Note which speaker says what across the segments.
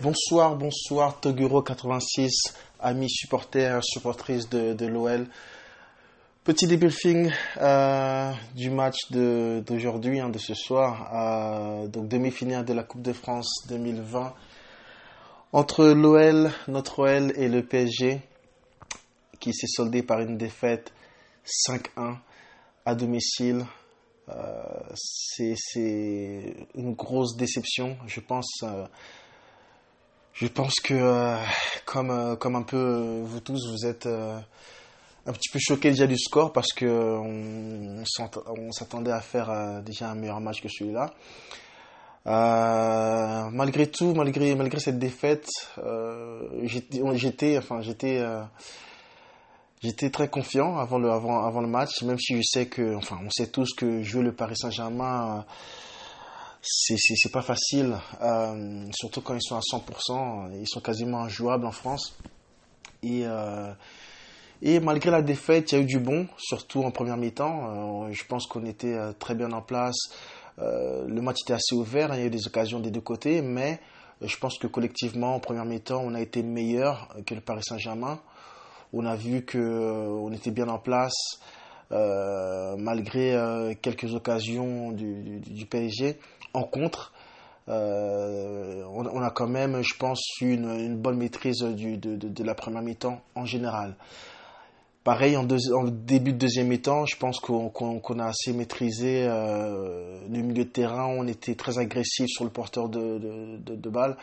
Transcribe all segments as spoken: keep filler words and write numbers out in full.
Speaker 1: Bonsoir, bonsoir, Toguro quatre-vingt-six, amis supporters, supportrices de, de l'O L. Petit débriefing euh, du match de, d'aujourd'hui, hein, de ce soir, euh, donc demi-finale de la Coupe de France deux mille vingt, entre l'O L, notre O L et le P S G, qui s'est soldé par une défaite cinq un à domicile. Euh, c'est, c'est une grosse déception, je pense. Euh, je pense que, euh, comme, euh, comme un peu euh, vous tous, vous êtes euh, un petit peu choqués déjà du score parce que euh, on, on s'attendait à faire euh, déjà un meilleur match que celui-là. Euh, malgré tout, malgré malgré cette défaite, euh, j'étais, j'étais, enfin j'étais, euh, j'étais très confiant avant le avant avant le match, même si je sais que, enfin on sait tous que jouer le Paris Saint-Germain, euh, c'est c'est c'est pas facile, euh, surtout quand ils sont à cent pour cent, ils sont quasiment injouables en France. Et euh, et malgré la défaite, il y a eu du bon, surtout en première mi-temps. Euh, je pense qu'on était euh, très bien en place. Euh, le match était assez ouvert, hein, il y a eu des occasions des deux côtés, mais euh, je pense que collectivement, en première mi-temps, on a été meilleur que le Paris Saint-Germain. On a vu que euh, on était bien en place, euh, malgré euh, quelques occasions du, du, du P S G. En contre, euh, on, on a quand même, je pense, eu une, une bonne maîtrise du, de, de, de la première mi-temps en général. Pareil, en, deux, en début de deuxième mi-temps, je pense qu'on, qu'on, qu'on a assez maîtrisé euh, le milieu de terrain. On était très agressif sur le porteur de, de, de, de balle.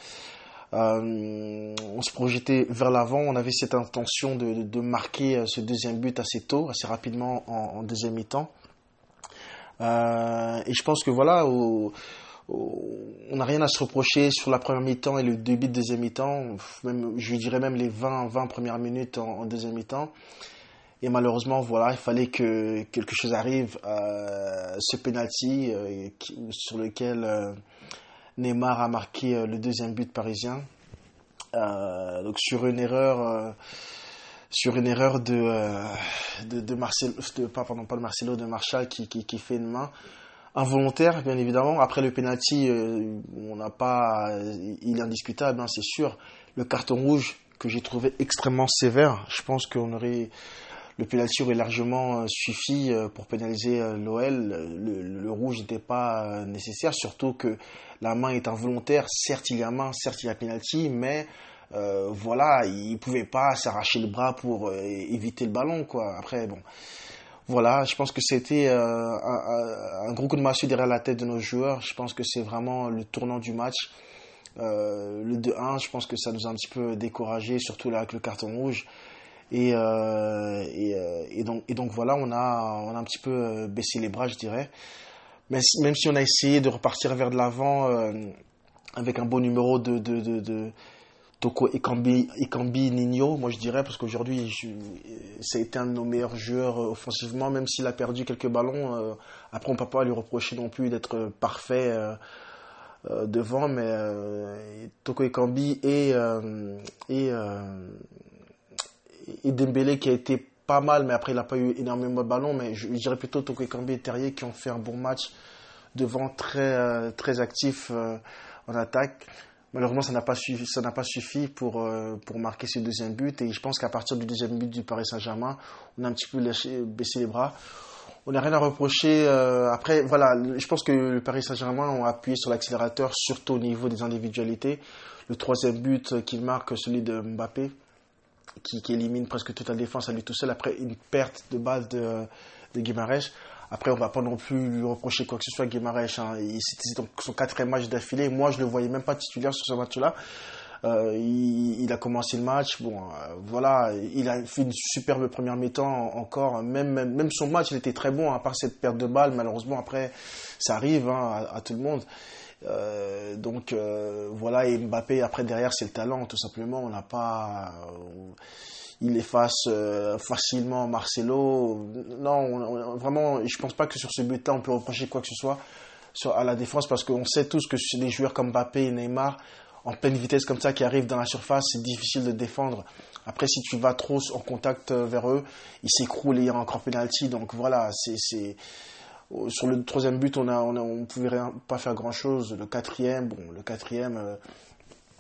Speaker 1: Euh, on se projetait vers l'avant. On avait cette intention de, de, de marquer ce deuxième but assez tôt, assez rapidement en, en deuxième mi-temps. Euh, et je pense que voilà, au, au, on n'a rien à se reprocher sur la première mi-temps et le début de deuxième mi-temps. Même, je dirais même les vingt, vingt premières minutes en, en deuxième mi-temps. Et malheureusement, voilà, il fallait que quelque chose arrive. Euh, ce penalty euh, qui, sur lequel euh, Neymar a marqué euh, le deuxième but parisien. Euh, donc sur une erreur, euh, sur une erreur de euh, de, de Marcelo, de, pas pardon pas de Marcelo, de Martial qui, qui qui fait une main involontaire, bien évidemment. Après le penalty, euh, on n'a pas, il est indiscutable, hein, c'est sûr. Le carton rouge que j'ai trouvé extrêmement sévère. Je pense qu'on aurait Le penalty aurait largement suffi pour pénaliser l'O L. Le, le, le rouge n'était pas nécessaire, surtout que la main est involontaire. Certes, il y a main, certes, il y a penalty, mais euh, voilà, il ne pouvait pas s'arracher le bras pour euh, éviter le ballon, quoi. Après, bon, voilà, je pense que c'était euh, un, un gros coup de massue derrière la tête de nos joueurs. Je pense que c'est vraiment le tournant du match. Euh, le deux un, je pense que ça nous a un petit peu découragé, surtout là avec le carton rouge. Et, euh, et, euh, et, donc, et donc voilà, on a, on a un petit peu baissé les bras, je dirais. Mais même si on a essayé de repartir vers de l'avant euh, avec un bon numéro de, de, de, de Toko Ekambi, Ekambi Nino, moi je dirais, parce qu'aujourd'hui, je, ça a été un de nos meilleurs joueurs euh, offensivement, même s'il a perdu quelques ballons. Euh, après, on ne peut pas lui reprocher non plus d'être parfait euh, euh, devant, mais euh, Toko Ekambi et... Euh, et euh, et Dembélé qui a été pas mal, mais après il n'a pas eu énormément de ballons, mais je, je dirais plutôt Toko Ekambi et Terrier qui ont fait un bon match devant, très, euh, très actif euh, en attaque. Malheureusement, ça n'a pas suffi, ça n'a pas suffi pour, euh, pour marquer ce deuxième but, et je pense qu'à partir du deuxième but du Paris Saint-Germain, on a un petit peu lâché, baissé les bras. On n'a rien à reprocher. Euh, après, voilà, je pense que le Paris Saint-Germain a appuyé sur l'accélérateur, surtout au niveau des individualités. Le troisième but qu'il marque, celui de Mbappé, Qui, qui élimine presque toute la défense à lui tout seul après une perte de balle de, de Guimarães. Après, on ne va pas non plus lui reprocher quoi que ce soit à Guimarães. Hein. C'était son quatrième match d'affilée. Moi, je ne le voyais même pas titulaire sur ce match-là. Euh, il, il a commencé le match. Bon, euh, voilà, il a fait une superbe première mi-temps encore. Même, même, même son match, il était très bon, à part cette perte de balle. Malheureusement, après, ça arrive hein, à, à tout le monde. Euh, donc euh, voilà, et Mbappé après derrière c'est le talent tout simplement. On n'a pas euh, il efface euh, facilement Marcelo. Non, on, on, vraiment je pense pas que sur ce but là on peut reprocher quoi que ce soit sur, à la défense, parce qu'on sait tous que des joueurs comme Mbappé et Neymar en pleine vitesse comme ça qui arrivent dans la surface, c'est difficile de défendre. Après, si tu vas trop en contact vers eux, ils s'écroulent et il y a encore penalty. Donc voilà, c'est, c'est sur le troisième but, on a, on a, on pouvait rien, pas faire grand chose. Le quatrième, bon, le quatrième, euh,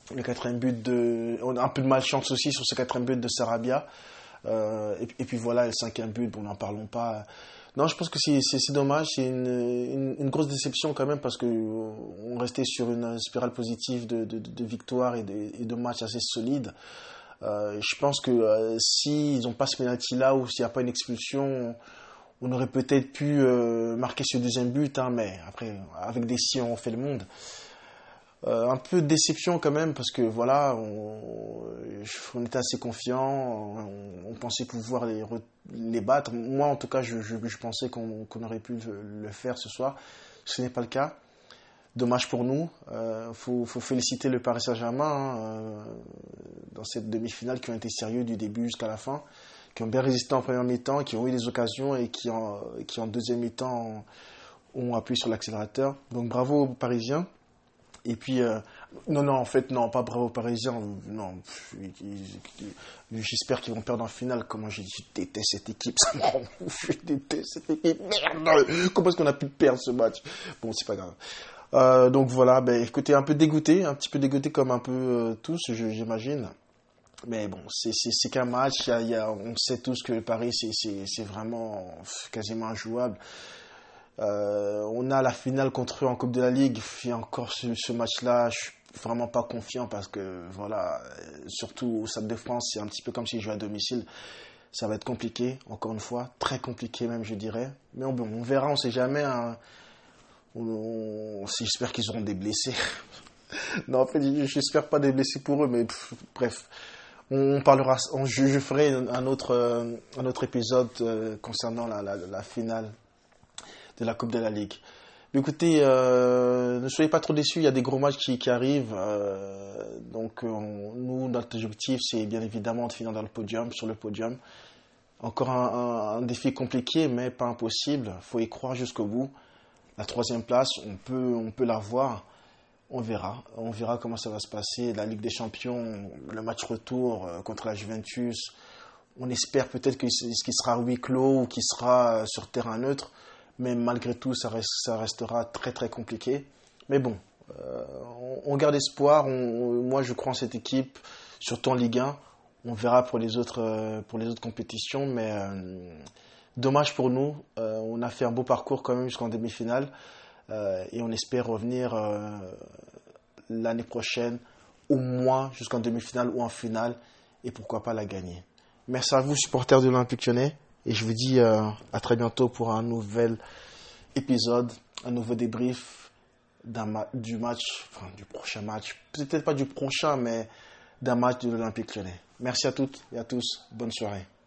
Speaker 1: le quatrième but de, on a un peu de malchance aussi sur ce quatrième but de Sarabia. Euh, et, et puis voilà, le cinquième but, bon, n'en parlons pas. Non, je pense que c'est, c'est, c'est dommage, c'est une, une, une grosse déception quand même parce que on restait sur une spirale positive de, de, de victoires et de, et de matchs assez solides. Euh, je pense que euh, s'ils n'ont pas ce penalty-là ou s'il n'y a pas une expulsion, on aurait peut-être pu euh, marquer ce deuxième but, hein, mais après, avec des si, on fait le monde. Euh, un peu de déception quand même parce que voilà, on, on était assez confiants, on, on pensait pouvoir les, les battre. Moi en tout cas, je, je, je pensais qu'on, qu'on aurait pu le, le faire ce soir. Ce n'est pas le cas. Dommage pour nous. Il euh, faut, faut féliciter le Paris Saint-Germain hein, euh, dans cette demi-finale qui ont été sérieux du début jusqu'à la fin, qui ont bien résisté en première mi-temps, qui ont eu des occasions et qui en, qui en deuxième mi-temps ont, ont appuyé sur l'accélérateur. Donc bravo aux Parisiens. Et puis, euh, non, non, en fait, non, pas bravo aux Parisiens. Non, j'espère qu'ils vont perdre en finale. Comment je, je déteste cette équipe, ça me rend ouf. Je déteste cette équipe. Merde, comment est-ce qu'on a pu perdre ce match? Bon, c'est pas grave. Euh, donc voilà, ben, écoutez, un peu dégoûté, un petit peu dégoûté comme un peu euh, tous, je, j'imagine. Mais bon, c'est, c'est, c'est qu'un match. Il y a, il y a, on sait tous que le Paris, c'est, c'est, c'est vraiment quasiment injouable. Euh, on a la finale contre eux en Coupe de la Ligue. Et encore ce, ce match-là, je suis vraiment pas confiant parce que voilà, surtout au Stade de France, c'est un petit peu comme s'ils jouaient à domicile. Ça va être compliqué, encore une fois, très compliqué même, je dirais. Mais bon, on verra, on sait jamais. Hein. On, on, j'espère qu'ils auront des blessés. Non, en fait, j'espère pas des blessés pour eux, mais pff, bref. On parlera, on, je, je ferai un autre, un autre épisode euh, concernant la, la, la finale de la Coupe de la Ligue. Mais écoutez, euh, ne soyez pas trop déçus, il y a des gros matchs qui, qui arrivent. Euh, donc on, nous, notre objectif, c'est bien évidemment de finir dans le podium, sur le podium. Encore un, un, un défi compliqué, mais pas impossible. Il faut y croire jusqu'au bout. La troisième place, on peut, on peut la voir. On verra. On verra comment ça va se passer. La Ligue des Champions, le match retour contre la Juventus. On espère peut-être qu'il sera huis clos ou qu'il sera sur terrain neutre. Mais malgré tout, ça, reste, ça restera très très compliqué. Mais bon, euh, on, on garde espoir. On, on, moi, je crois en cette équipe, surtout en Ligue un. On verra pour les autres, euh, pour les autres compétitions. Mais euh, dommage pour nous. Euh, on a fait un beau parcours quand même jusqu'en demi-finale. Euh, et on espère revenir euh, l'année prochaine, au moins jusqu'en demi-finale ou en finale. Et pourquoi pas la gagner. Merci à vous, supporters de l'Olympique Lyonnais. Et je vous dis euh, à très bientôt pour un nouvel épisode, un nouveau débrief d'un ma- du match, enfin du prochain match, peut-être pas du prochain, mais d'un match de l'Olympique Lyonnais. Merci à toutes et à tous, bonne soirée.